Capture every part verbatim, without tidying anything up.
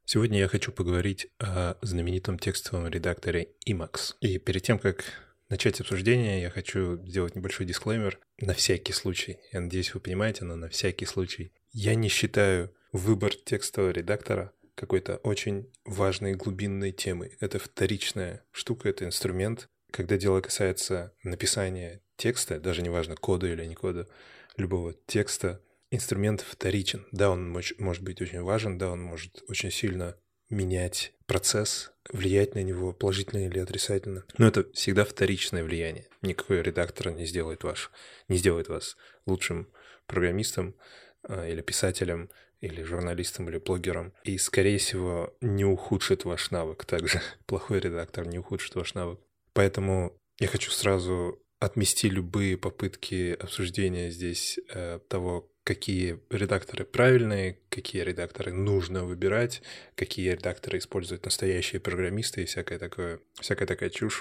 Сегодня я хочу поговорить о знаменитом текстовом редакторе Emacs. И перед тем, как начать обсуждение, я хочу сделать небольшой дисклеймер на всякий случай. Я надеюсь, вы понимаете, но на всякий случай. Я не считаю выбор текстового редактора какой-то очень важной глубинной темой. Это вторичная штука, это инструмент. Когда дело касается написания текста, даже неважно, кода или не кода, любого текста, инструмент вторичен. Да, он мож, может быть очень важен, да, он может очень сильно менять процесс, влиять на него положительно или отрицательно. Но это всегда вторичное влияние. Никакой редактор не сделает, ваш, не сделает вас лучшим программистом э, или писателем, или журналистом, или блогером. И, скорее всего, не ухудшит ваш навык. Также плохой редактор не ухудшит ваш навык. Поэтому я хочу сразу отмести любые попытки обсуждения здесь э, того, какие редакторы правильные, какие редакторы нужно выбирать, какие редакторы используют настоящие программисты и всякая, такое, всякая такая чушь.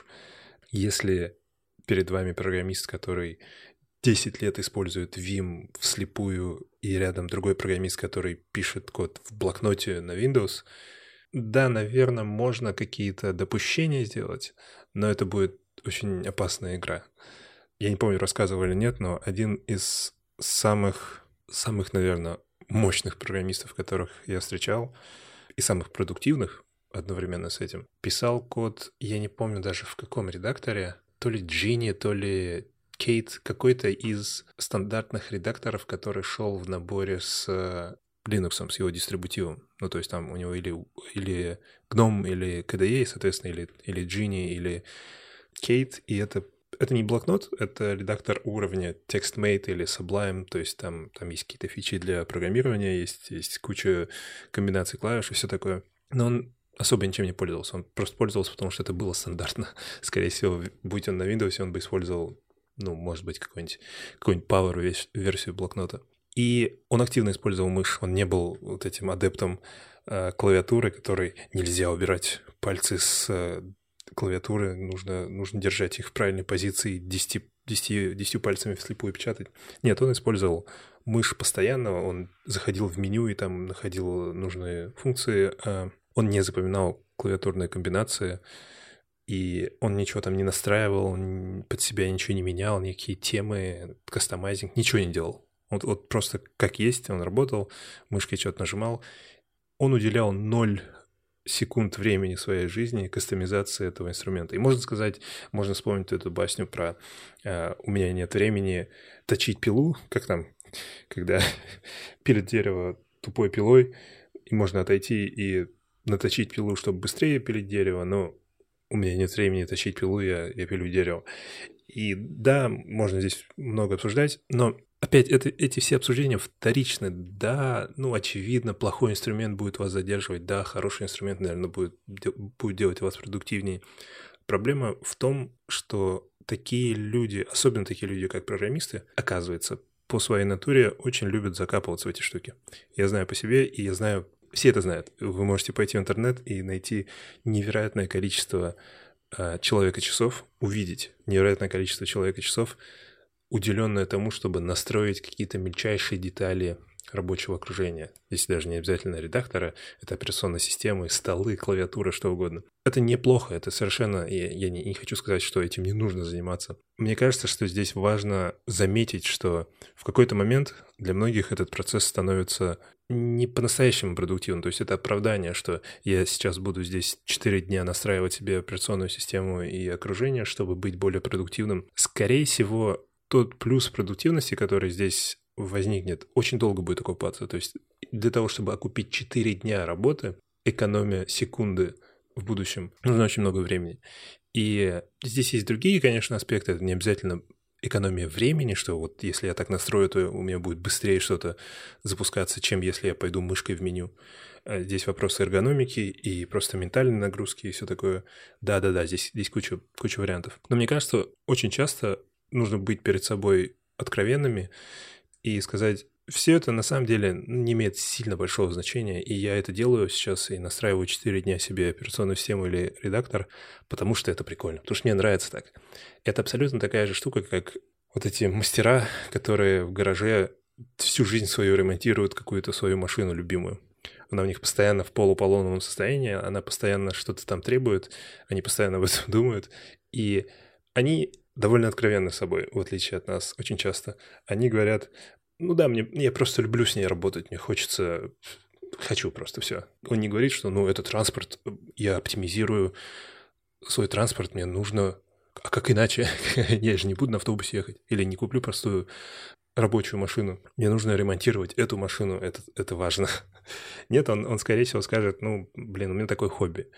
Если перед вами программист, который десять лет использует Vim вслепую, и рядом другой программист, который пишет код в блокноте на Windows, да, наверное, можно какие-то допущения сделать, но это будет очень опасная игра. Я не помню, рассказывал или нет, но один из самых... самых, наверное, мощных программистов, которых я встречал, и самых продуктивных одновременно с этим, писал код, я не помню даже в каком редакторе, то ли Genie, то ли Kate, какой-то из стандартных редакторов, который шел в наборе с Linux, с его дистрибутивом. Ну, то есть там у него или, или гном, или кей ди и, соответственно, или, или Genie, или Kate, и это Это не блокнот, это редактор уровня TextMate или Sublime, то есть там, там есть какие-то фичи для программирования, есть, есть куча комбинаций клавиш и все такое. Но он особо ничем не пользовался, он просто пользовался, потому что это было стандартно. Скорее всего, будь он на Windows, он бы использовал, ну, может быть, какой-нибудь, какой-нибудь Power-версию блокнота. И он активно использовал мышь, он не был вот этим адептом э, клавиатуры, которой нельзя убирать пальцы с... Э, клавиатуры, нужно, нужно держать их в правильной позиции, десять, десять, десять пальцами вслепую печатать. Нет, он использовал мышь постоянно, он заходил в меню и там находил нужные функции, а он не запоминал клавиатурные комбинации, и он ничего там не настраивал, под себя ничего не менял, никакие темы, кастомайзинг, ничего не делал. Вот, вот просто как есть, он работал, мышкой что-то нажимал. Он уделял ноль секунд времени своей жизни кастомизации этого инструмента. И можно сказать, можно вспомнить эту басню про э, «у меня нет времени точить пилу», как там, когда пилят дерево тупой пилой, и можно отойти и наточить пилу, чтобы быстрее пилить дерево, но у меня нет времени точить пилу, я, я пилю дерево. И да, можно здесь много обсуждать, но опять, это, эти все обсуждения вторичны. Да, ну, очевидно, плохой инструмент будет вас задерживать. Да, хороший инструмент, наверное, будет, будет делать вас продуктивнее. Проблема в том, что такие люди, особенно такие люди, как программисты, оказывается, по своей натуре очень любят закапываться в эти штуки. Я знаю по себе, и я знаю, все это знают. Вы можете пойти в интернет и найти невероятное количество э, человека-часов, увидеть невероятное количество человека-часов, уделенное тому, чтобы настроить какие-то мельчайшие детали рабочего окружения. Здесь даже не обязательно редактора, это операционные системы, столы, клавиатура, что угодно. Это неплохо, это совершенно... Я, я не, не хочу сказать, что этим не нужно заниматься. Мне кажется, что здесь важно заметить, что в какой-то момент для многих этот процесс становится не по-настоящему продуктивным. То есть это оправдание, что я сейчас буду здесь четыре дня настраивать себе операционную систему и окружение, чтобы быть более продуктивным. Скорее всего, тот плюс продуктивности, который здесь возникнет, очень долго будет окупаться. То есть для того, чтобы окупить четыре дня работы, экономия секунды в будущем, нужно очень много времени. И здесь есть другие, конечно, аспекты. Это не обязательно экономия времени, что вот если я так настрою, то у меня будет быстрее что-то запускаться, чем если я пойду мышкой в меню. Здесь вопросы эргономики и просто ментальной нагрузки и все такое. Да-да-да, здесь, здесь куча, куча вариантов. Но мне кажется, очень часто нужно быть перед собой откровенными и сказать, все это на самом деле не имеет сильно большого значения, и я это делаю сейчас и настраиваю четыре дня себе операционную систему или редактор, потому что это прикольно, потому что мне нравится так. Это абсолютно такая же штука, как вот эти мастера, которые в гараже всю жизнь свою ремонтируют какую-то свою машину любимую. она у них постоянно в полуполомном состоянии, она постоянно что-то там требует, они постоянно об этом думают, и они довольно откровенны с собой, в отличие от нас очень часто. Они говорят, ну да, мне, я просто люблю с ней работать, мне хочется, хочу просто все. Он не говорит, что ну это транспорт, я оптимизирую свой транспорт, мне нужно... А как иначе? Я же не буду на автобусе ехать. Или не куплю простую рабочую машину. Мне нужно ремонтировать эту машину, это, это важно. Нет, он, он, скорее всего, скажет, ну, блин, у меня такое хобби.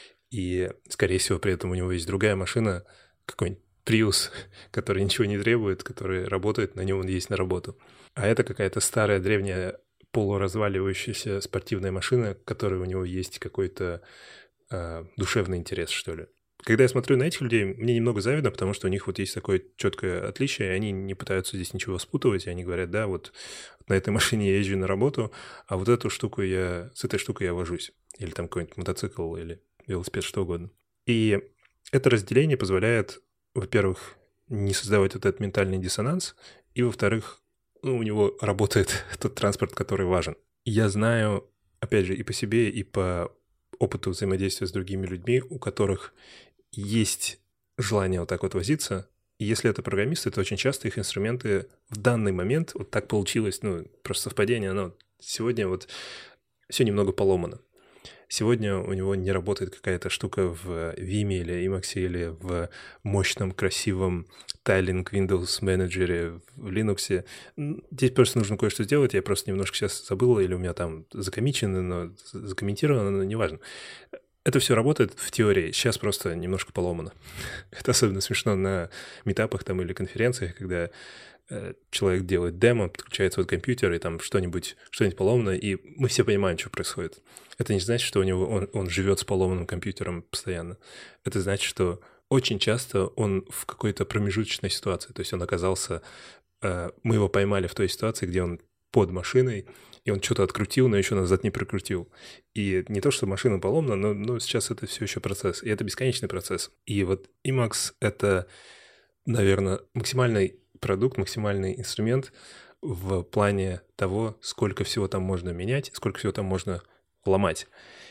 И, скорее всего, при этом у него есть другая машина, какой-нибудь Prius, который ничего не требует, который работает, на нем он есть на работу. А это какая-то старая, древняя, полуразваливающаяся спортивная машина, к которой у него есть какой-то э, душевный интерес, что ли. Когда я смотрю на этих людей, мне немного завидно, потому что у них вот есть такое четкое отличие, и они не пытаются здесь ничего спутывать, и они говорят, да, вот на этой машине я езжу на работу, а вот эту штуку я, с этой штукой я вожусь. Или там какой-нибудь мотоцикл, или велосипед, что угодно. И это разделение позволяет, во-первых, не создавать вот этот ментальный диссонанс, и, во-вторых, ну, у него работает тот транспорт, который важен. Я знаю, опять же, и по себе, и по опыту взаимодействия с другими людьми, у которых есть желание вот так вот возиться, и если это программисты, то очень часто их инструменты в данный момент, вот так получилось, ну, просто совпадение, но сегодня вот все немного поломано. Сегодня у него не работает какая-то штука в Vim или Emacs или в мощном, красивом Tiling Windows менеджере в Linux. Здесь просто нужно кое-что сделать, я просто немножко сейчас забыл, или у меня там закоммичено, но закомментировано, но неважно. Это все работает в теории, сейчас просто немножко поломано. Это особенно смешно на митапах там или конференциях, когда э, человек делает демо, подключает свой компьютер, и там что-нибудь, что-нибудь поломано, и мы все понимаем, что происходит. Это не значит, что у него он, он живет с поломанным компьютером постоянно. Это значит, что очень часто он в какой-то промежуточной ситуации, то есть он оказался... Э, мы его поймали в той ситуации, где он под машиной, и он что-то открутил, но еще назад не прокрутил. И не то, что машина поломана, но, но сейчас это все еще процесс. И это бесконечный процесс. И вот Emacs — это, наверное, максимальный продукт, максимальный инструмент в плане того, сколько всего там можно менять, сколько всего там можно ломать.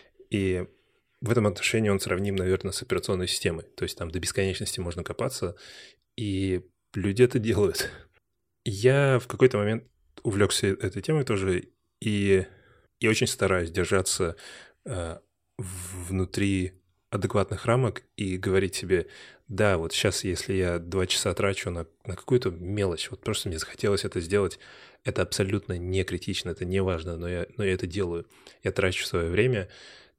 И в этом отношении он сравним, наверное, с операционной системой. То есть там до бесконечности можно копаться, и люди это делают. Я в какой-то момент увлекся этой темой тоже, и я очень стараюсь держаться э, внутри адекватных рамок и говорить себе, да, вот сейчас, если я два часа трачу на, на какую-то мелочь, вот просто мне захотелось это сделать, это абсолютно не критично, это не важно, но я, но я это делаю. Я трачу свое время,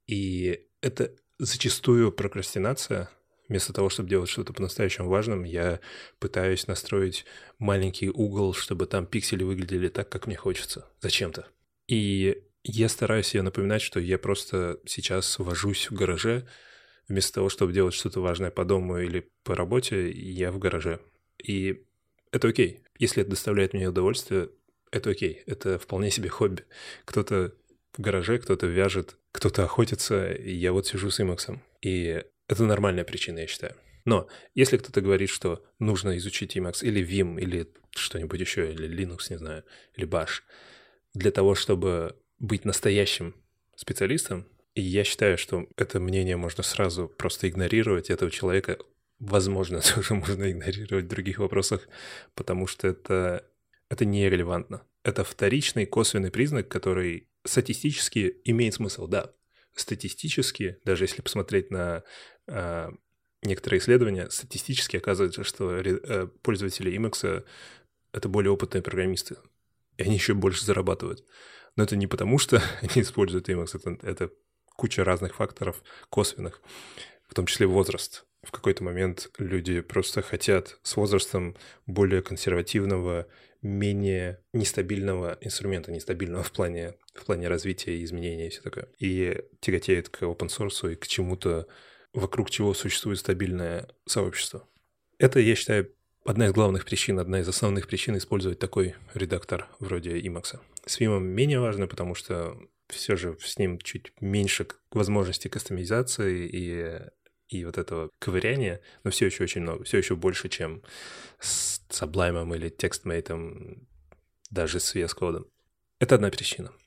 и это зачастую прокрастинация. Вместо того, чтобы делать что-то по-настоящему важным, я пытаюсь настроить маленький угол, чтобы там пиксели выглядели так, как мне хочется. Зачем-то. И я стараюсь себе напоминать, что я просто сейчас вожусь в гараже. Вместо того, чтобы делать что-то важное по дому или по работе, я в гараже. И это окей. Если это доставляет мне удовольствие, это окей. Это вполне себе хобби. Кто-то в гараже, кто-то вяжет, кто-то охотится, и я вот сижу с Emacs. И это нормальная причина, я считаю. Но если кто-то говорит, что нужно изучить Emacs или Vim, или что-нибудь еще, или Linux, не знаю, или Bash, для того, чтобы быть настоящим специалистом, и я считаю, что это мнение можно сразу просто игнорировать, этого человека, возможно, тоже можно игнорировать в других вопросах, потому что это, это нерелевантно. Это вторичный косвенный признак, который статистически имеет смысл, да. Статистически, даже если посмотреть на э, некоторые исследования, статистически оказывается, что э, пользователи Emacs — это более опытные программисты, и они еще больше зарабатывают. Но это не потому, что они используют Emacs, это, это куча разных факторов косвенных, в том числе возраст. В какой-то момент люди просто хотят с возрастом более консервативного, менее нестабильного инструмента, нестабильного в плане, в плане развития и изменения и все такое. И тяготеют к open source и к чему-то, вокруг чего существует стабильное сообщество. Это, я считаю, одна из главных причин, одна из основных причин использовать такой редактор вроде Emacs. С Vim менее важно, потому что все же с ним чуть меньше возможностей кастомизации и, и вот этого ковыряния, но все еще очень много, все еще больше, чем с Sublime или TextMate, даже с ви эс Code. Это одна причина.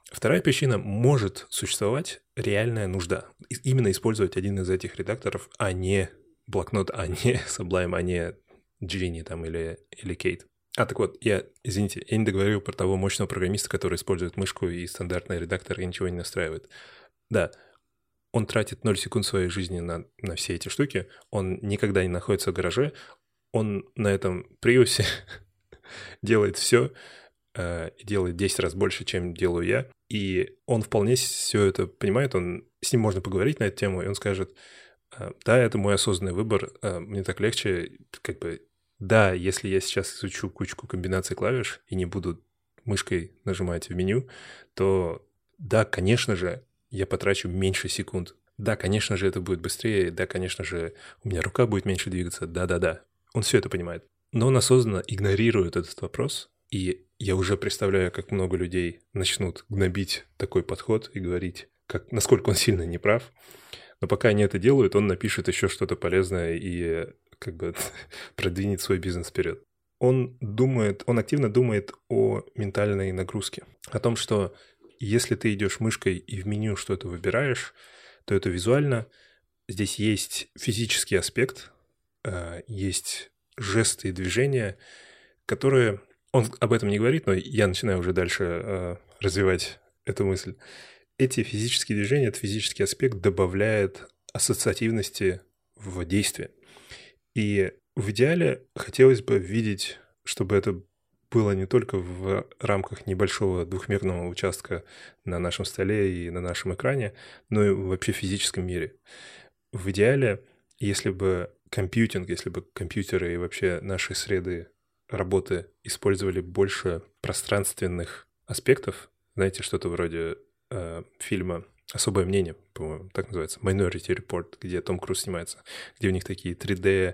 Вторая причина — может существовать реальная нужда. Именно использовать один из этих редакторов, а не блокнот, а не Sublime, а не Genie там или, или Kate. А, так вот, я, извините, я не договорил про того мощного программиста, который использует мышку и стандартный редактор и ничего не настраивает. Да, он тратит ноль секунд своей жизни на, на все эти штуки, он никогда не находится в гараже, он на этом приусе делает все, э, делает десять раз больше, чем делаю я, и он вполне все это понимает, он, с ним можно поговорить на эту тему, и он скажет: да, это мой осознанный выбор, мне так легче, как бы, да, если я сейчас изучу кучку комбинаций клавиш и не буду мышкой нажимать в меню, то да, конечно же, я потрачу меньше секунд. Да, конечно же, это будет быстрее, да, конечно же, у меня рука будет меньше двигаться, да-да-да. Он все это понимает. Но он осознанно игнорирует этот вопрос, и я уже представляю, как много людей начнут гнобить такой подход и говорить, как, насколько он сильно неправ. Но пока они это делают, он напишет еще что-то полезное и как бы продвинет свой бизнес вперед. Он думает, он активно думает о ментальной нагрузке, о том, что если ты идешь мышкой и в меню что-то выбираешь, то это визуально. Здесь есть физический аспект, есть жесты и движения, которые... Он об этом не говорит, но я начинаю уже дальше развивать эту мысль. Эти физические движения, этот физический аспект добавляет ассоциативности в действие. И в идеале хотелось бы видеть, чтобы это было не только в рамках небольшого двухмерного участка на нашем столе и на нашем экране, но и вообще в физическом мире. В идеале, если бы компьютинг, если бы компьютеры и вообще наши среды работы использовали больше пространственных аспектов, знаете, что-то вроде э, фильма «Особое мнение», по-моему, так называется, Minority Report, где Том Круз снимается, где у них такие три дэ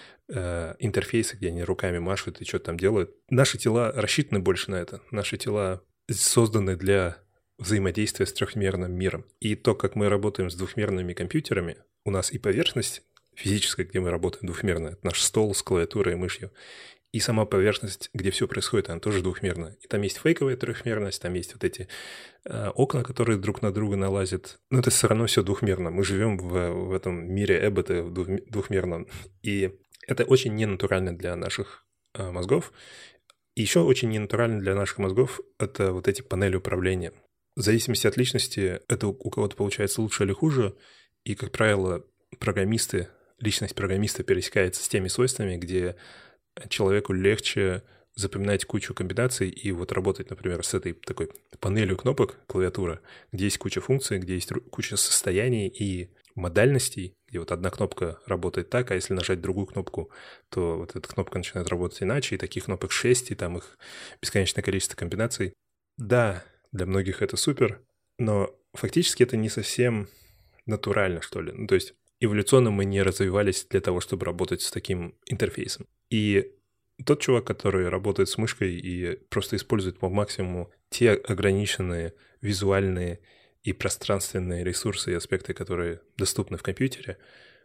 э, интерфейсы, где они руками машут и что-то там делают. Наши тела рассчитаны больше на это. Наши тела созданы для взаимодействия с трехмерным миром. И то, как мы работаем с двухмерными компьютерами, у нас и поверхность физическая, где мы работаем двухмерно, это наш стол с клавиатурой и мышью, и сама поверхность, где все происходит, она тоже двухмерная. И там есть фейковая трехмерность, там есть вот эти э, окна, которые друг на друга налазят. Но это все равно все двухмерно. Мы живем в, в этом мире Эббота двухмерном. И это очень ненатурально для наших э, мозгов. И еще очень ненатурально для наших мозгов это вот эти панели управления. В зависимости от личности это у кого-то получается лучше или хуже. И, как правило, программисты, личность программиста пересекается с теми свойствами, где человеку легче запоминать кучу комбинаций и вот работать, например, с этой такой панелью кнопок клавиатура, где есть куча функций, где есть куча состояний и модальностей, где вот одна кнопка работает так, а если нажать другую кнопку, то вот эта кнопка начинает работать иначе, и таких кнопок шесть, и там их бесконечное количество комбинаций. Да, для многих это супер, но фактически это не совсем натурально, что ли. Ну, то есть эволюционно мы не развивались для того, чтобы работать с таким интерфейсом. И тот чувак, который работает с мышкой и просто использует по максимуму те ограниченные визуальные и пространственные ресурсы и аспекты, которые доступны в компьютере,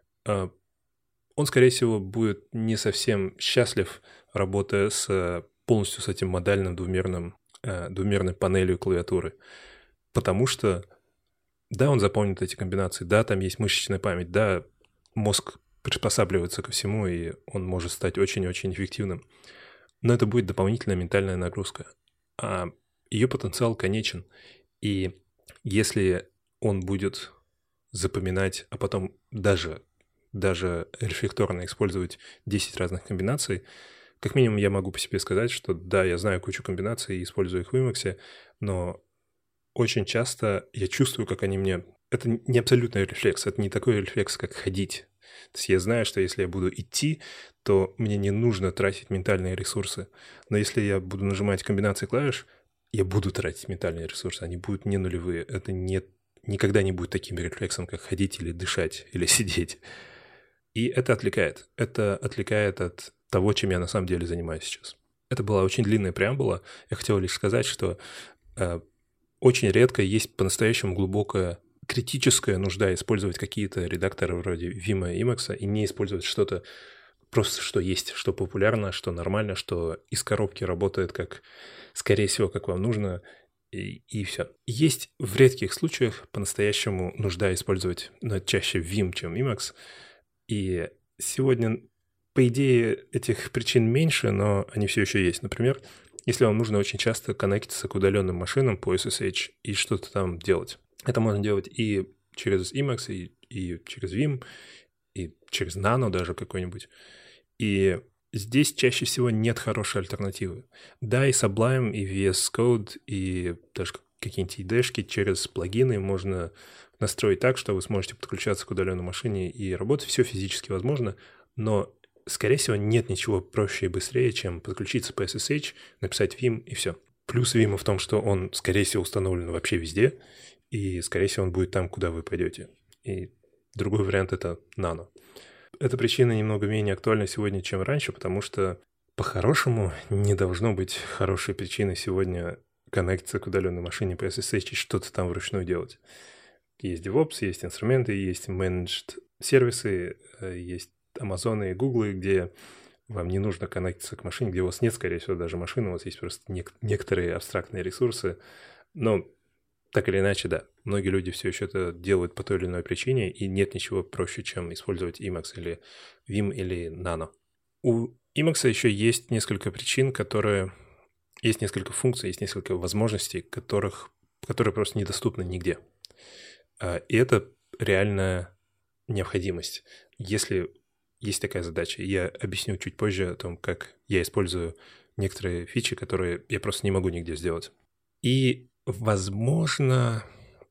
он, скорее всего, будет не совсем счастлив, работая с полностью с этим модальным двумерным, двумерной панелью клавиатуры. Потому что, да, он запомнит эти комбинации, да, там есть мышечная память, да, мозг приспосабливается ко всему, и он может стать очень-очень эффективным. Но это будет дополнительная ментальная нагрузка. А ее потенциал конечен. И если он будет запоминать, а потом даже, даже рефлекторно использовать десять разных комбинаций, как минимум я могу по себе сказать, что да, я знаю кучу комбинаций и использую их в Emacs, но очень часто я чувствую, как они мне... Это не абсолютный рефлекс, это не такой рефлекс, как ходить. То есть я знаю, что если я буду идти, то мне не нужно тратить ментальные ресурсы. Но если я буду нажимать комбинации клавиш, я буду тратить ментальные ресурсы, они будут не нулевые. Это не, никогда не будет таким рефлексом, как ходить или дышать, или сидеть. И это отвлекает. Это отвлекает от того, чем я на самом деле занимаюсь сейчас. Это была очень длинная преамбула. Я хотел лишь сказать, что э, очень редко есть по-настоящему глубокая критическая нужда использовать какие-то редакторы вроде Vim и Emacs и не использовать что-то просто, что есть, что популярно, что нормально, что из коробки работает как, скорее всего, как вам нужно, и, и все. Есть в редких случаях по-настоящему нужда использовать, но чаще Vim, чем Emacs. И сегодня, по идее, этих причин меньше, но они все еще есть. Например, если вам нужно очень часто коннектиться к удаленным машинам по эс эс эйч и что-то там делать. Это можно делать и через Emacs, и, и через Vim, и через Nano даже какой-нибудь. И здесь чаще всего нет хорошей альтернативы. Да, и Sublime, и ви эс Code, и даже какие-нибудь ай ди и-шки через плагины можно настроить так, что вы сможете подключаться к удаленной машине и работать. Все физически возможно, но, скорее всего, нет ничего проще и быстрее, чем подключиться по эс эс эйч, написать Vim и все. Плюс Vim в том, что он, скорее всего, установлен вообще везде, и, скорее всего, он будет там, куда вы пойдете. И другой вариант — это Nano. Эта причина немного менее актуальна сегодня, чем раньше, потому что по-хорошему не должно быть хорошей причины сегодня коннектиться к удаленной машине по эс эс эйч и что-то там вручную делать. Есть DevOps, есть инструменты, есть managed сервисы, есть Amazon и Google, где вам не нужно коннектиться к машине, где у вас нет, скорее всего, даже машины, у вас есть просто нек- некоторые абстрактные ресурсы. Но так или иначе, да, многие люди все еще это делают по той или иной причине, и нет ничего проще, чем использовать Emacs или Vim или Nano. У Emacs еще есть несколько причин, которые... Есть несколько функций, есть несколько возможностей, которых... которые просто недоступны нигде. И это реальная необходимость. Если есть такая задача, я объясню чуть позже о том, как я использую некоторые фичи, которые я просто не могу нигде сделать. И возможно,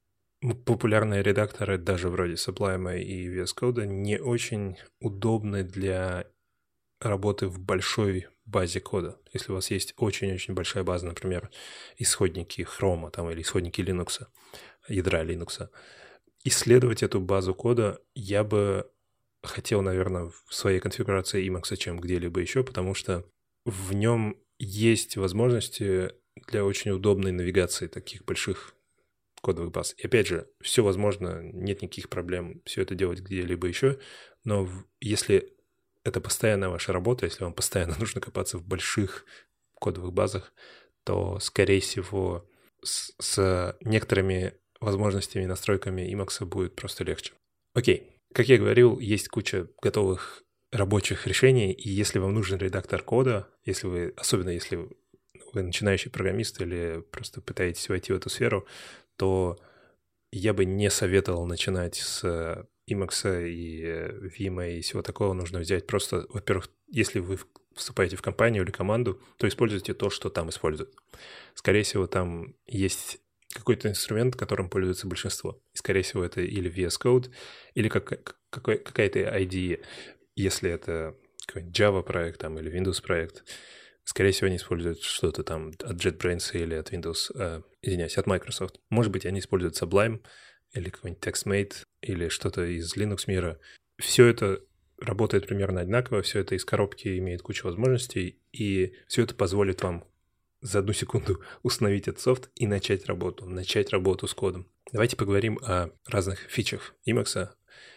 популярные редакторы, даже вроде Sublime и ви эс Code, не очень удобны для работы в большой базе кода. Если у вас есть очень-очень большая база, например, исходники Chrome там, или исходники Linux, ядра Linux, исследовать эту базу кода я бы хотел, наверное, в своей конфигурации Emacs, чем где-либо еще, потому что в нем есть возможности для очень удобной навигации таких больших кодовых баз. И опять же, все возможно, нет никаких проблем все это делать где-либо еще, но если это постоянная ваша работа, если вам постоянно нужно копаться в больших кодовых базах, то, скорее всего, с, с некоторыми возможностями и настройками Emacs будет просто легче. Окей, как я говорил, есть куча готовых рабочих решений, и если вам нужен редактор кода, если вы, особенно если вы начинающий программист или просто пытаетесь войти в эту сферу, то я бы не советовал начинать с Emacs и Vim и всего такого. Нужно взять просто, во-первых, если вы вступаете в компанию или команду, то используйте то, что там используют. Скорее всего, там есть какой-то инструмент, которым пользуется большинство. И, скорее всего, это или ви эс Code, или как, какой, какая-то ай ди и. Если это какой-нибудь Java проект там, или Windows проект, скорее всего, они используют что-то там от JetBrains или от Windows, э, извиняюсь, от Microsoft. Может быть, они используют Sublime или какой-нибудь TextMate или что-то из Linux мира. Все это работает примерно одинаково, все это из коробки имеет кучу возможностей, и все это позволит вам за одну секунду установить этот софт и начать работу, начать работу с кодом. Давайте поговорим о разных фичах Emacs,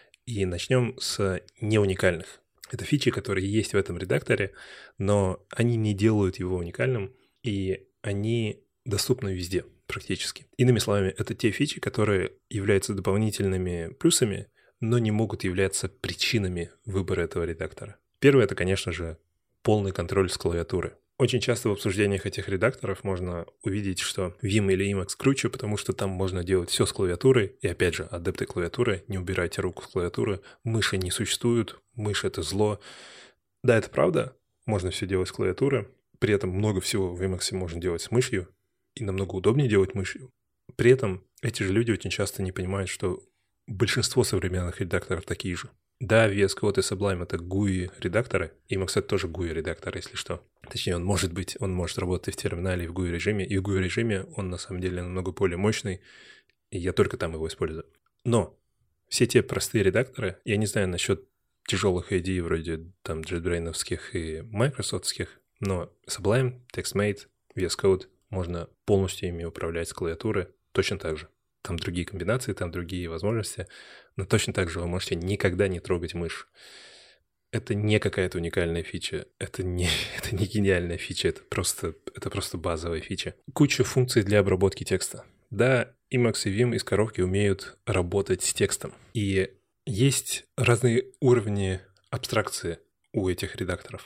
и начнем с неуникальных. Это фичи, которые есть в этом редакторе, но они не делают его уникальным, и они доступны везде практически. Иными словами, это те фичи, которые являются дополнительными плюсами, но не могут являться причинами выбора этого редактора. Первое — это, конечно же, полный контроль с клавиатуры. Очень часто в обсуждениях этих редакторов можно увидеть, что Vim или Emacs круче, потому что там можно делать все с клавиатурой. И опять же, адепты клавиатуры, не убирайте руку с клавиатуры. Мыши не существуют, мышь — это зло. Да, это правда, можно все делать с клавиатуры. При этом много всего в Emacs можно делать с мышью, и намного удобнее делать мышью. При этом эти же люди очень часто не понимают, что большинство современных редакторов такие же. Да, ви эс Code и Sublime — это джи ю ай-редакторы, Emacs — это тоже джи ю ай-редактор, если что. Точнее, он может быть, он может работать в терминале и в джи ю ай-режиме, и в джи ю ай-режиме он на самом деле намного более мощный, и я только там его использую. Но все те простые редакторы, я не знаю насчет тяжелых ай ди вроде там JetBrains-овских и Microsoft-ских, но Sublime, TextMate, ви эс Code можно полностью ими управлять с клавиатуры точно так же. Там другие комбинации, там другие возможности, но точно так же вы можете никогда не трогать мышь. это не какая-то уникальная фича, это не, это не гениальная фича, это просто, это просто базовая фича. Куча функций для обработки текста. Да, Emacs и Vim из коробки умеют работать с текстом. И есть разные уровни абстракции у этих редакторов.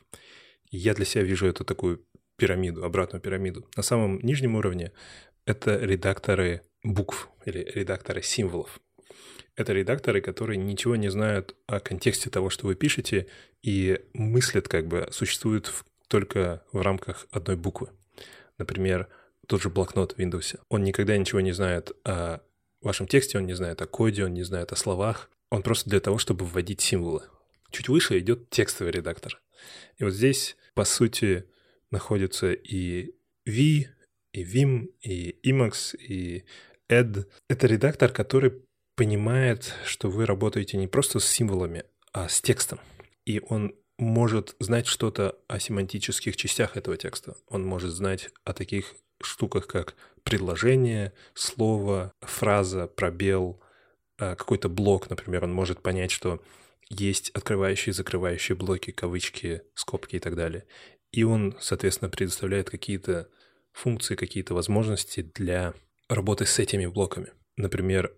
Я для себя вижу эту такую пирамиду, обратную пирамиду. На самом нижнем уровне это редакторы букв или редакторы символов. Это редакторы, которые ничего не знают о контексте того, что вы пишете, и мыслят как бы, существуют в, только в рамках одной буквы. Например, тот же блокнот в Windows. Он никогда ничего не знает о вашем тексте, он не знает о коде, он не знает о словах. Он просто для того, чтобы вводить символы. Чуть выше идет текстовый редактор. И вот здесь, по сути, находятся и V, и Vim, и Emacs, и Add. Это редактор, который понимает, что вы работаете не просто с символами, а с текстом. И он может знать что-то о семантических частях этого текста. Он может знать о таких штуках, как предложение, слово, фраза, пробел, какой-то блок, например. Он может понять, что есть открывающие и закрывающие блоки, кавычки, скобки и так далее. И он, соответственно, предоставляет какие-то функции, какие-то возможности для работы с этими блоками. Например,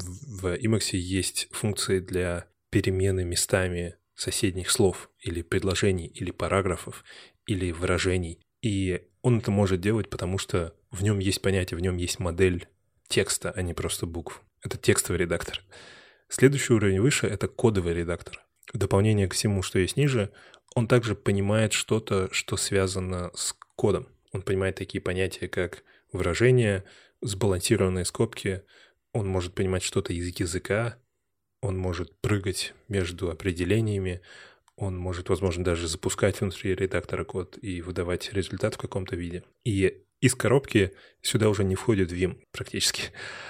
в Emacs есть функции для перемены местами соседних слов или предложений, или параграфов, или выражений. И он это может делать, потому что в нем есть понятие, в нем есть модель текста, а не просто букв. Это текстовый редактор. Следующий уровень выше — это кодовый редактор. В дополнение к всему, что есть ниже, он также понимает что-то, что связано с кодом. Он понимает такие понятия, как выражение, сбалансированные скобки. Он может понимать что-то из языка. Он может прыгать между определениями. Он может, возможно, даже запускать внутри редактора код и выдавать результат в каком-то виде. И из коробки сюда уже не входит Vim практически.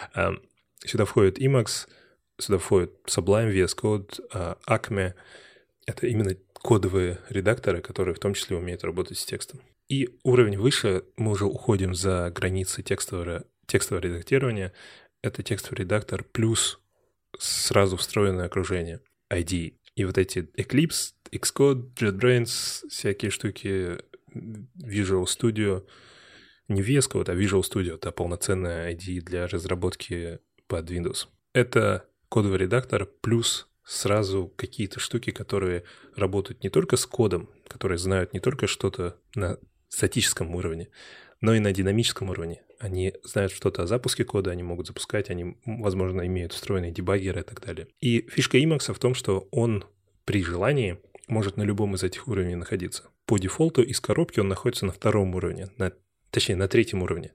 Сюда входит Emacs, сюда входит Sublime, ви эс Code, Acme. Это именно кодовые редакторы, которые в том числе умеют работать с текстом. И уровень выше мы уже уходим за границы текстового, текстового редактирования. Это текстовый редактор плюс сразу встроенное окружение ай ди и. И вот эти Eclipse, Xcode, JetBrains, всякие штуки, Visual Studio, не ви эс Code, а Visual Studio — это полноценная ай ди и для разработки под Windows. Это кодовый редактор плюс сразу какие-то штуки, которые работают не только с кодом, которые знают не только что-то на статическом уровне, но и на динамическом уровне. Они знают что-то о запуске кода, они могут запускать, они, возможно, имеют встроенные дебаггеры и так далее. И фишка Emacs в том, что он при желании может на любом из этих уровней находиться. По дефолту из коробки он находится на втором уровне, на, точнее, на третьем уровне.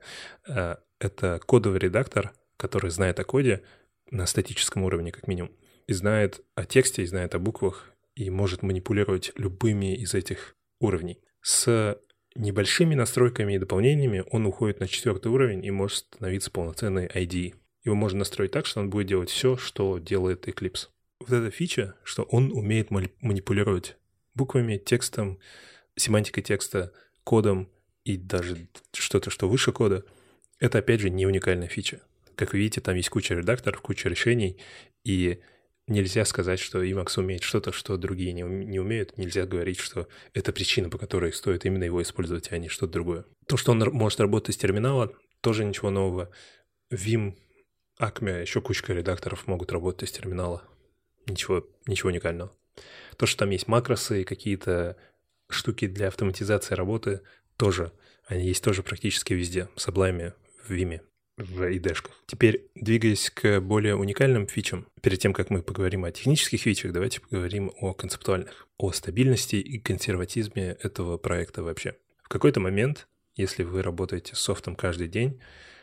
Это кодовый редактор, который знает о коде на статическом уровне, как минимум, и знает о тексте, и знает о буквах, и может манипулировать любыми из этих уровней. С небольшими настройками и дополнениями он уходит на четвертый уровень и может становиться полноценной ай ди и. Его можно настроить так, что он будет делать все, что делает Eclipse. Вот эта фича, что он умеет манипулировать буквами, текстом, семантикой текста, кодом и даже что-то, что выше кода, это, опять же, не уникальная фича. Как вы видите, там есть куча редакторов, куча решений, и нельзя сказать, что Emacs умеет что-то, что другие не, не умеют. Нельзя говорить, что это причина, по которой стоит именно его использовать, а не что-то другое. То, что он может работать с терминала, тоже ничего нового. Vim, Acme, еще кучка редакторов могут работать с терминала. Ничего, ничего уникального. То, что там есть макросы и какие-то штуки для автоматизации работы, тоже. Они есть тоже практически везде. В Sublime, в Vim, в ай ди и-шках. Теперь, двигаясь к более уникальным фичам, перед тем, как мы поговорим о технических фичах, давайте поговорим о концептуальных, о стабильности и консерватизме этого проекта вообще. В какой-то момент, если вы работаете с софтом каждый день,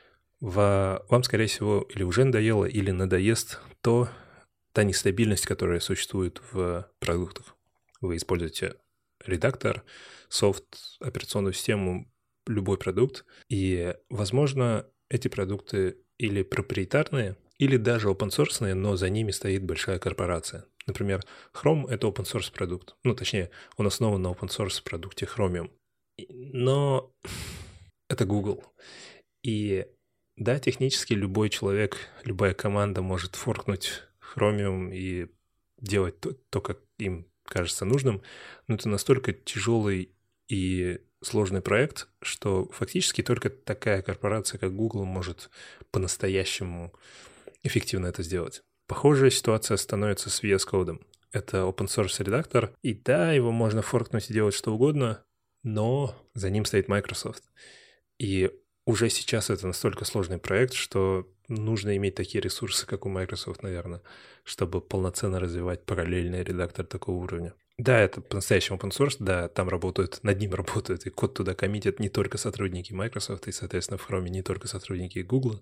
вам, скорее всего, или уже надоело, или надоест то, та нестабильность, которая существует в продуктах. Вы используете редактор, софт, операционную систему, любой продукт, и, возможно, эти продукты или проприетарные, или даже open-source, но за ними стоит большая корпорация. Например, Chrome — это open-source продукт. Ну, точнее, он основан на open-source продукте Chromium. Но это Google. И да, технически любой человек, любая команда может форкнуть Chromium и делать то, то как им кажется нужным, но это настолько тяжелый и сложный проект, что фактически только такая корпорация, как Google, может по-настоящему эффективно это сделать. Похожая ситуация становится с ви эс Code. Это open source редактор, и да, его можно форкнуть и делать что угодно, но за ним стоит Microsoft. И уже сейчас это настолько сложный проект, что нужно иметь такие ресурсы, как у Microsoft, наверное, чтобы полноценно развивать параллельный редактор такого уровня. Да, это по-настоящему open source, да, там работают, над ним работают, и код туда коммитят не только сотрудники Microsoft, и, соответственно, в Chrome не только сотрудники Google,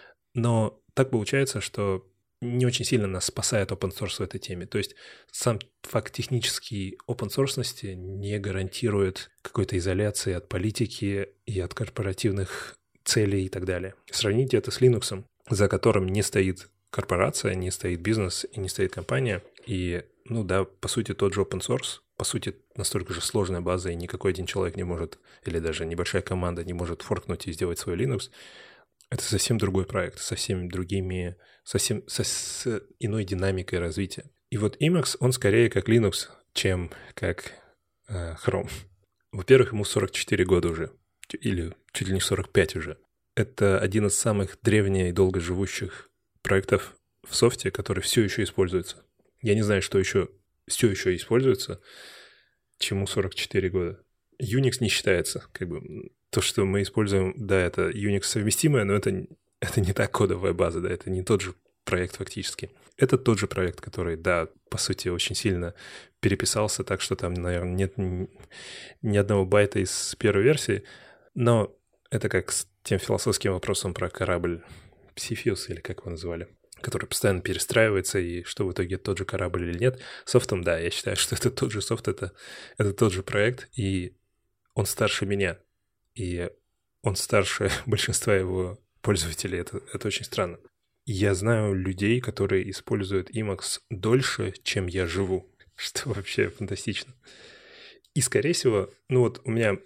но так получается, что не очень сильно нас спасает open source в этой теме. То есть сам факт технической open source не гарантирует какой-то изоляции от политики и от корпоративных целей и так далее. Сравните это с Linux, за которым не стоит корпорация, не стоит бизнес и не стоит компания. И, ну да, по сути, тот же open source, по сути, настолько же сложная база, и никакой один человек не может, или даже небольшая команда не может форкнуть и сделать свой Linux. Это совсем другой проект, совсем другими, совсем со, с иной динамикой развития. И вот Emacs, он скорее как Linux, чем как э, Chrome. Во-первых, ему сорок четыре года уже, или чуть ли не сорок пять уже. Это один из самых древних и долго живущих проектов в софте, который все еще используется. Я не знаю, что еще все еще используется, чему сорок четыре года. Unix не считается, как бы. То, что мы используем, да, это Unix совместимое, но это, это не та кодовая база, да, это не тот же проект фактически. Это тот же проект, который, да, по сути, очень сильно переписался, так что там, наверное, нет ни, ни одного байта из первой версии, но это как с тем философским вопросом про корабль Сифиус, или как его называли, который постоянно перестраивается, и что в итоге тот же корабль или нет. Софтом, да, я считаю, что это тот же софт, это, это тот же проект, и он старше меня. И он старше большинства его пользователей. Это, это очень странно. Я знаю людей, которые используют Emacs дольше, чем я живу. Что вообще фантастично. И, скорее всего, ну вот у меня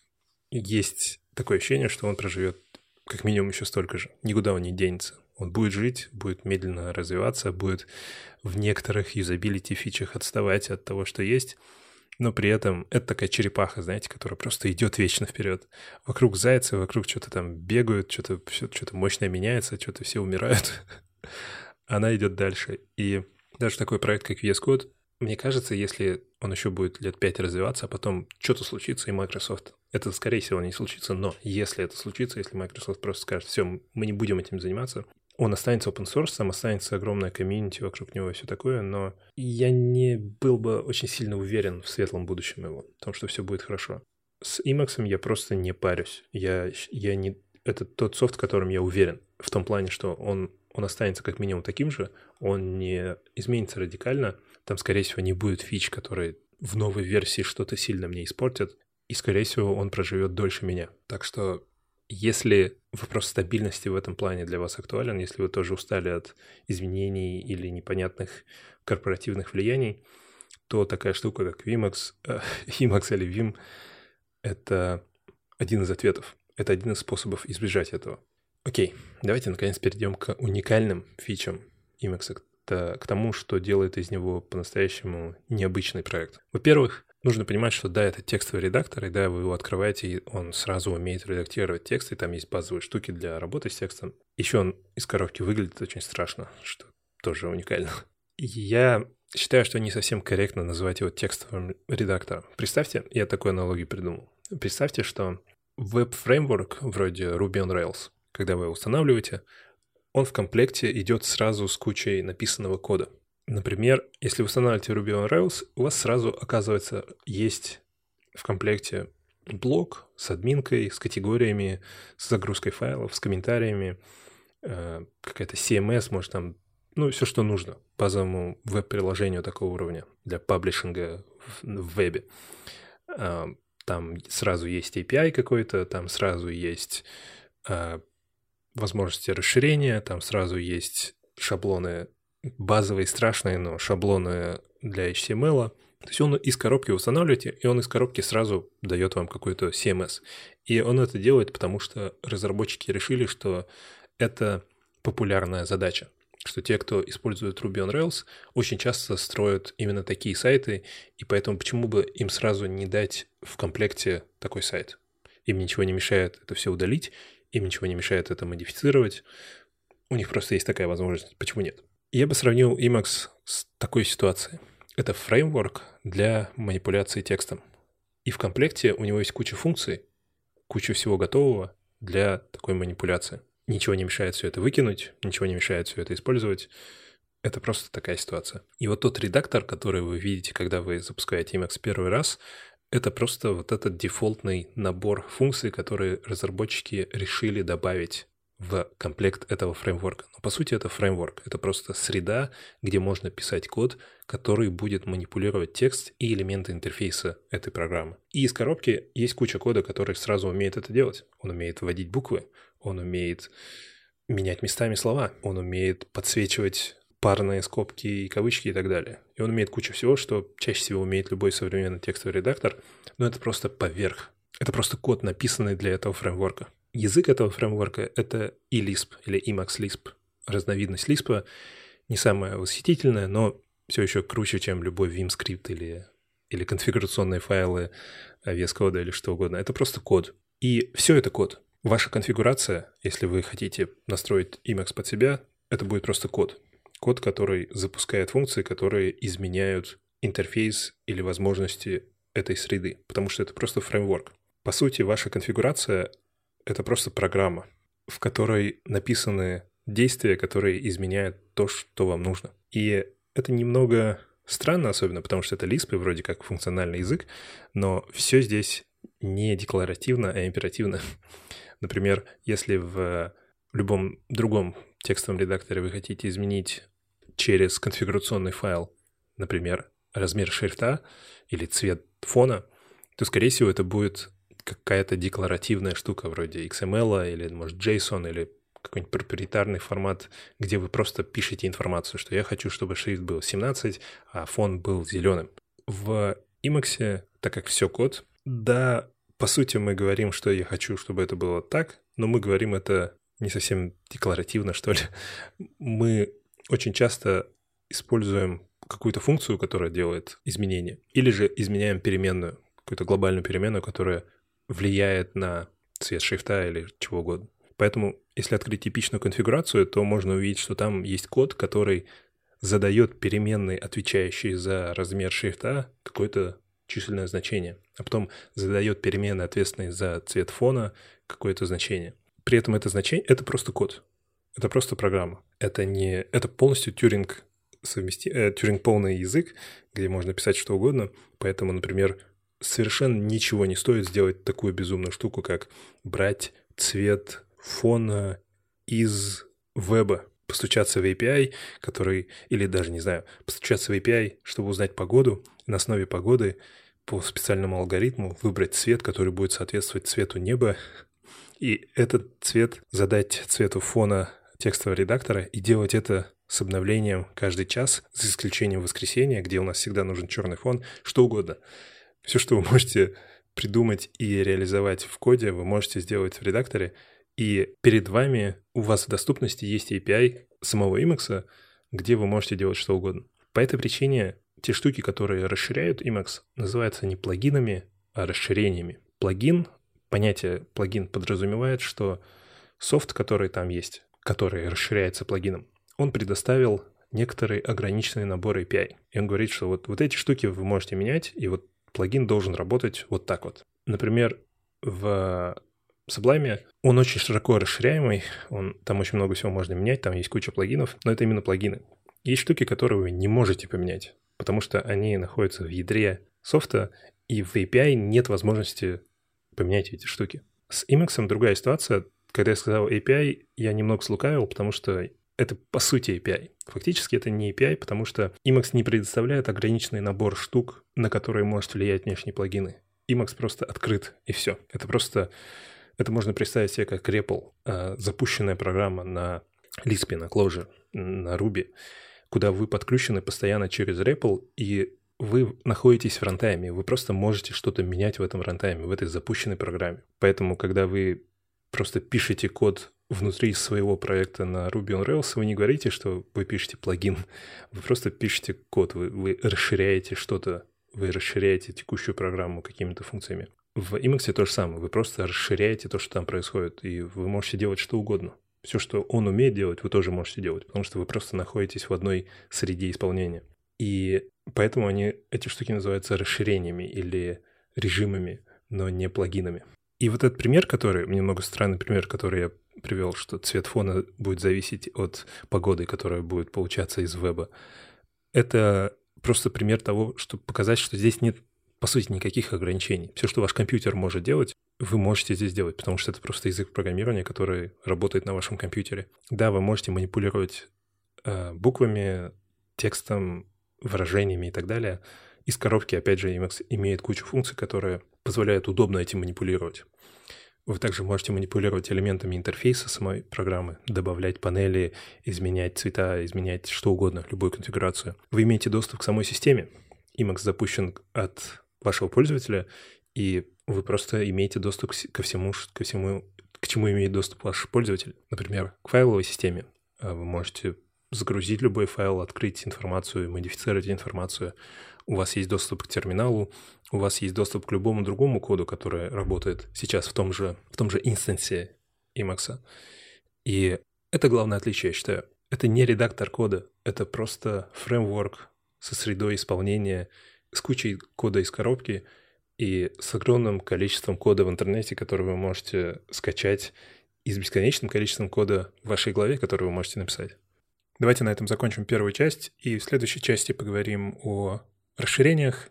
есть такое ощущение, что он проживет как минимум еще столько же. Никуда он не денется. Он будет жить, будет медленно развиваться, будет в некоторых юзабилити фичах отставать от того, что есть. Но при этом это такая черепаха, знаете, которая просто идет вечно вперед. Вокруг зайцы, вокруг что-то там бегают, что-то, что-то мощное меняется, что-то все умирают. Она идет дальше. И даже такой проект, как ви эс Code, мне кажется, если он еще будет лет пять развиваться, а потом что-то случится, и Microsoft... Это, скорее всего, не случится, но если это случится, если Microsoft просто скажет, все, мы не будем этим заниматься, он останется open source, там останется огромная комьюнити вокруг него и все такое, но я не был бы очень сильно уверен в светлом будущем его, в том, что все будет хорошо. С Emacs я просто не парюсь. Я, я не... Это тот софт, в котором я уверен, в том плане, что он, он останется как минимум таким же, он не изменится радикально, там, скорее всего, не будет фич, которые в новой версии что-то сильно мне испортят, и, скорее всего, он проживет дольше меня. Так что если вопрос стабильности в этом плане для вас актуален, если вы тоже устали от изменений или непонятных корпоративных влияний, то такая штука, как Emacs, э, Emacs или Vim, это один из ответов. Это один из способов избежать этого. Окей, давайте наконец перейдем к уникальным фичам Emacs, к, к тому, что делает из него по-настоящему необычный проект. Во-первых, нужно понимать, что да, это текстовый редактор, и да, вы его открываете, и он сразу умеет редактировать текст, и там есть базовые штуки для работы с текстом. Еще он из коробки выглядит очень страшно, что тоже уникально. И я считаю, что не совсем корректно называть его текстовым редактором. Представьте, я такую аналогию придумал. Представьте, что веб-фреймворк вроде Ruby on Rails, когда вы его устанавливаете, он в комплекте идет сразу с кучей написанного кода. Например, если вы устанавливаете Ruby on Rails, у вас сразу, оказывается, есть в комплекте блок с админкой, с категориями, с загрузкой файлов, с комментариями, э, какая-то си эм эс, может там, ну, все, что нужно базовому веб-приложению такого уровня для паблишинга в, в вебе. Э, там сразу есть эй пи ай какой-то, там сразу есть э, возможности расширения, там сразу есть шаблоны базовые, страшные, но шаблоны для эйч ти эм эл. То есть он из коробки устанавливаете, и он из коробки сразу дает вам какой-то си эм эс. И он это делает, потому что разработчики решили, что это популярная задача. что те, кто использует Ruby on Rails, очень часто строят именно такие сайты, и поэтому почему бы им сразу не дать в комплекте такой сайт? Им ничего не мешает это все удалить, им ничего не мешает это модифицировать. У них просто есть такая возможность. Почему нет? Я бы сравнил Emacs с такой ситуацией. Это фреймворк для манипуляции текстом. И в комплекте у него есть куча функций, куча всего готового для такой манипуляции. Ничего не мешает все это выкинуть, ничего не мешает все это использовать. Это просто такая ситуация. И вот тот редактор, который вы видите, когда вы запускаете Emacs первый раз, это просто вот этот дефолтный набор функций, которые разработчики решили добавить в комплект этого фреймворка. Но по сути это фреймворк. Это просто среда, где можно писать код, который будет манипулировать текст и элементы интерфейса этой программы. И из коробки есть куча кода, который сразу умеет это делать. Он умеет вводить буквы, он умеет менять местами слова, он умеет подсвечивать парные скобки и кавычки и так далее. И он умеет кучу всего, что чаще всего умеет любой современный текстовый редактор, но это просто поверх. Это просто код, написанный для этого фреймворка. Язык этого фреймворка — это и Lisp или Emacs Lisp. Разновидность Lisp не самая восхитительная, но все еще круче, чем любой Vim-скрипт или, или конфигурационные файлы ви эс Code или что угодно. Это просто код. И все это код. Ваша конфигурация, если вы хотите настроить Emacs под себя, это будет просто код. Код, который запускает функции, которые изменяют интерфейс или возможности этой среды, потому что это просто фреймворк. По сути, ваша конфигурация — это просто программа, в которой написаны действия, которые изменяют то, что вам нужно. И это немного странно, особенно потому что это Lisp, и вроде как функциональный язык, но все здесь не декларативно, а императивно. Например, если в любом другом текстовом редакторе вы хотите изменить через конфигурационный файл, например, размер шрифта или цвет фона, то, скорее всего, это будет какая-то декларативная штука вроде икс эм эл или, может, JSON или какой-нибудь проприетарный формат, где вы просто пишете информацию, что я хочу, чтобы шрифт был семнадцать, а фон был зеленым. В Emacs, так как все код, да, по сути мы говорим, что я хочу, чтобы это было так, но мы говорим это не совсем декларативно, что ли. Мы очень часто используем какую-то функцию, которая делает изменения, или же изменяем переменную, какую-то глобальную переменную, которая влияет на цвет шрифта или чего угодно. Поэтому, если открыть типичную конфигурацию, то можно увидеть, что там есть код, который задает переменной, отвечающей за размер шрифта, какое-то численное значение, а потом задает переменной, ответственной за цвет фона, какое-то значение. При этом это значение — это просто код, это просто программа. Это не, это полностью Тьюринг совмести, э, Тьюринг полный язык, где можно писать что угодно. Поэтому, например, совершенно ничего не стоит сделать такую безумную штуку, как брать цвет фона из веба, постучаться в эй пи ай, который, или даже, не знаю, постучаться в эй пи ай, чтобы узнать погоду, и на основе погоды по специальному алгоритму выбрать цвет, который будет соответствовать цвету неба, и этот цвет задать цвету фона текстового редактора и делать это с обновлением каждый час, за исключением воскресенья, где у нас всегда нужен черный фон, что угодно. Все, что вы можете придумать и реализовать в коде, вы можете сделать в редакторе, и перед вами у вас в доступности есть эй пи ай самого Emacs, где вы можете делать что угодно. По этой причине те штуки, которые расширяют Emacs, называются не плагинами, а расширениями. Плагин, понятие плагин подразумевает, что софт, который там есть, который расширяется плагином, он предоставил некоторый ограниченный набор эй пи ай. И он говорит, что вот, вот эти штуки вы можете менять, и вот плагин должен работать вот так вот. Например, в Sublime он очень широко расширяемый, он, там очень много всего можно менять, там есть куча плагинов, но это именно плагины. Есть штуки, которые вы не можете поменять, потому что они находятся в ядре софта, и в эй пи ай нет возможности поменять эти штуки. С Emacs другая ситуация. Когда я сказал эй пи ай, я немного слукавил, потому что это по сути эй пи ай. Фактически это не эй пи ай, потому что Emacs не предоставляет ограниченный набор штук, на которые может влиять внешние плагины. Emacs просто открыт, и все. Это просто... Это можно представить себе как эр и пи эл, запущенная программа на Lisp, на Clojure, на Ruby, куда вы подключены постоянно через эр и пи эл, и вы находитесь в рантайме, вы просто можете что-то менять в этом рантайме, в этой запущенной программе. Поэтому, когда вы просто пишете код внутри своего проекта на Ruby on Rails вы не говорите, что вы пишете плагин, вы просто пишете код, вы, вы расширяете что-то, вы расширяете текущую программу какими-то функциями. В Emacs то же самое, вы просто расширяете то, что там происходит, и вы можете делать что угодно. Все, что он умеет делать, вы тоже можете делать, потому что вы просто находитесь в одной среде исполнения. И поэтому они, эти штуки называются расширениями или режимами, но не плагинами. И вот этот пример, который, немного странный пример, который я привел, что цвет фона будет зависеть от погоды, которая будет получаться из веба, это просто пример того, чтобы показать, что здесь нет, по сути, никаких ограничений. Все, что ваш компьютер может делать, вы можете здесь делать, потому что это просто язык программирования, который работает на вашем компьютере. Да, вы можете манипулировать э, буквами, текстом, выражениями и так далее. Из коробки, опять же, Emacs имеет кучу функций, которые позволяют удобно этим манипулировать. Вы также можете манипулировать элементами интерфейса самой программы, добавлять панели, изменять цвета, изменять что угодно, любую конфигурацию. Вы имеете доступ к самой системе. Emacs запущен от вашего пользователя, и вы просто имеете доступ ко всему, ко всему, к чему имеет доступ ваш пользователь. Например, к файловой системе. Вы можете загрузить любой файл, открыть информацию, модифицировать информацию. У вас есть доступ к терминалу, у вас есть доступ к любому другому коду, который работает сейчас в том же, в том же инстансе Emacs. И это главное отличие, я считаю. Это не редактор кода, это просто фреймворк со средой исполнения, с кучей кода из коробки и с огромным количеством кода в интернете, который вы можете скачать, и с бесконечным количеством кода в вашей голове, который вы можете написать. Давайте на этом закончим первую часть, и в следующей части поговорим о расширениях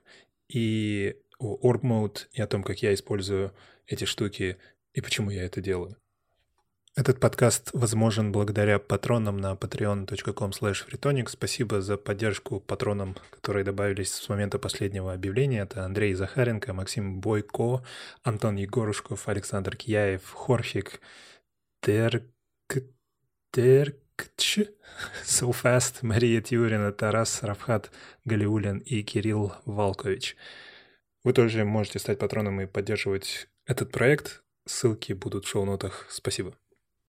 и о org mode, и о том, как я использую эти штуки и почему я это делаю. Этот подкаст возможен благодаря патронам на patreon точка com слэш freetonic. Спасибо за поддержку патронам, которые добавились с момента последнего объявления. Это Андрей Захаренко, Максим Бойко, Антон Егорушков, Александр Кияев, Хорхик, Терк... Теркч, So Fast, Мария Тюрина, Тарас Рафхат Галиулин и Кирилл Валкович. Вы тоже можете стать патроном и поддерживать этот проект. Ссылки будут в шоу-нотах. Спасибо.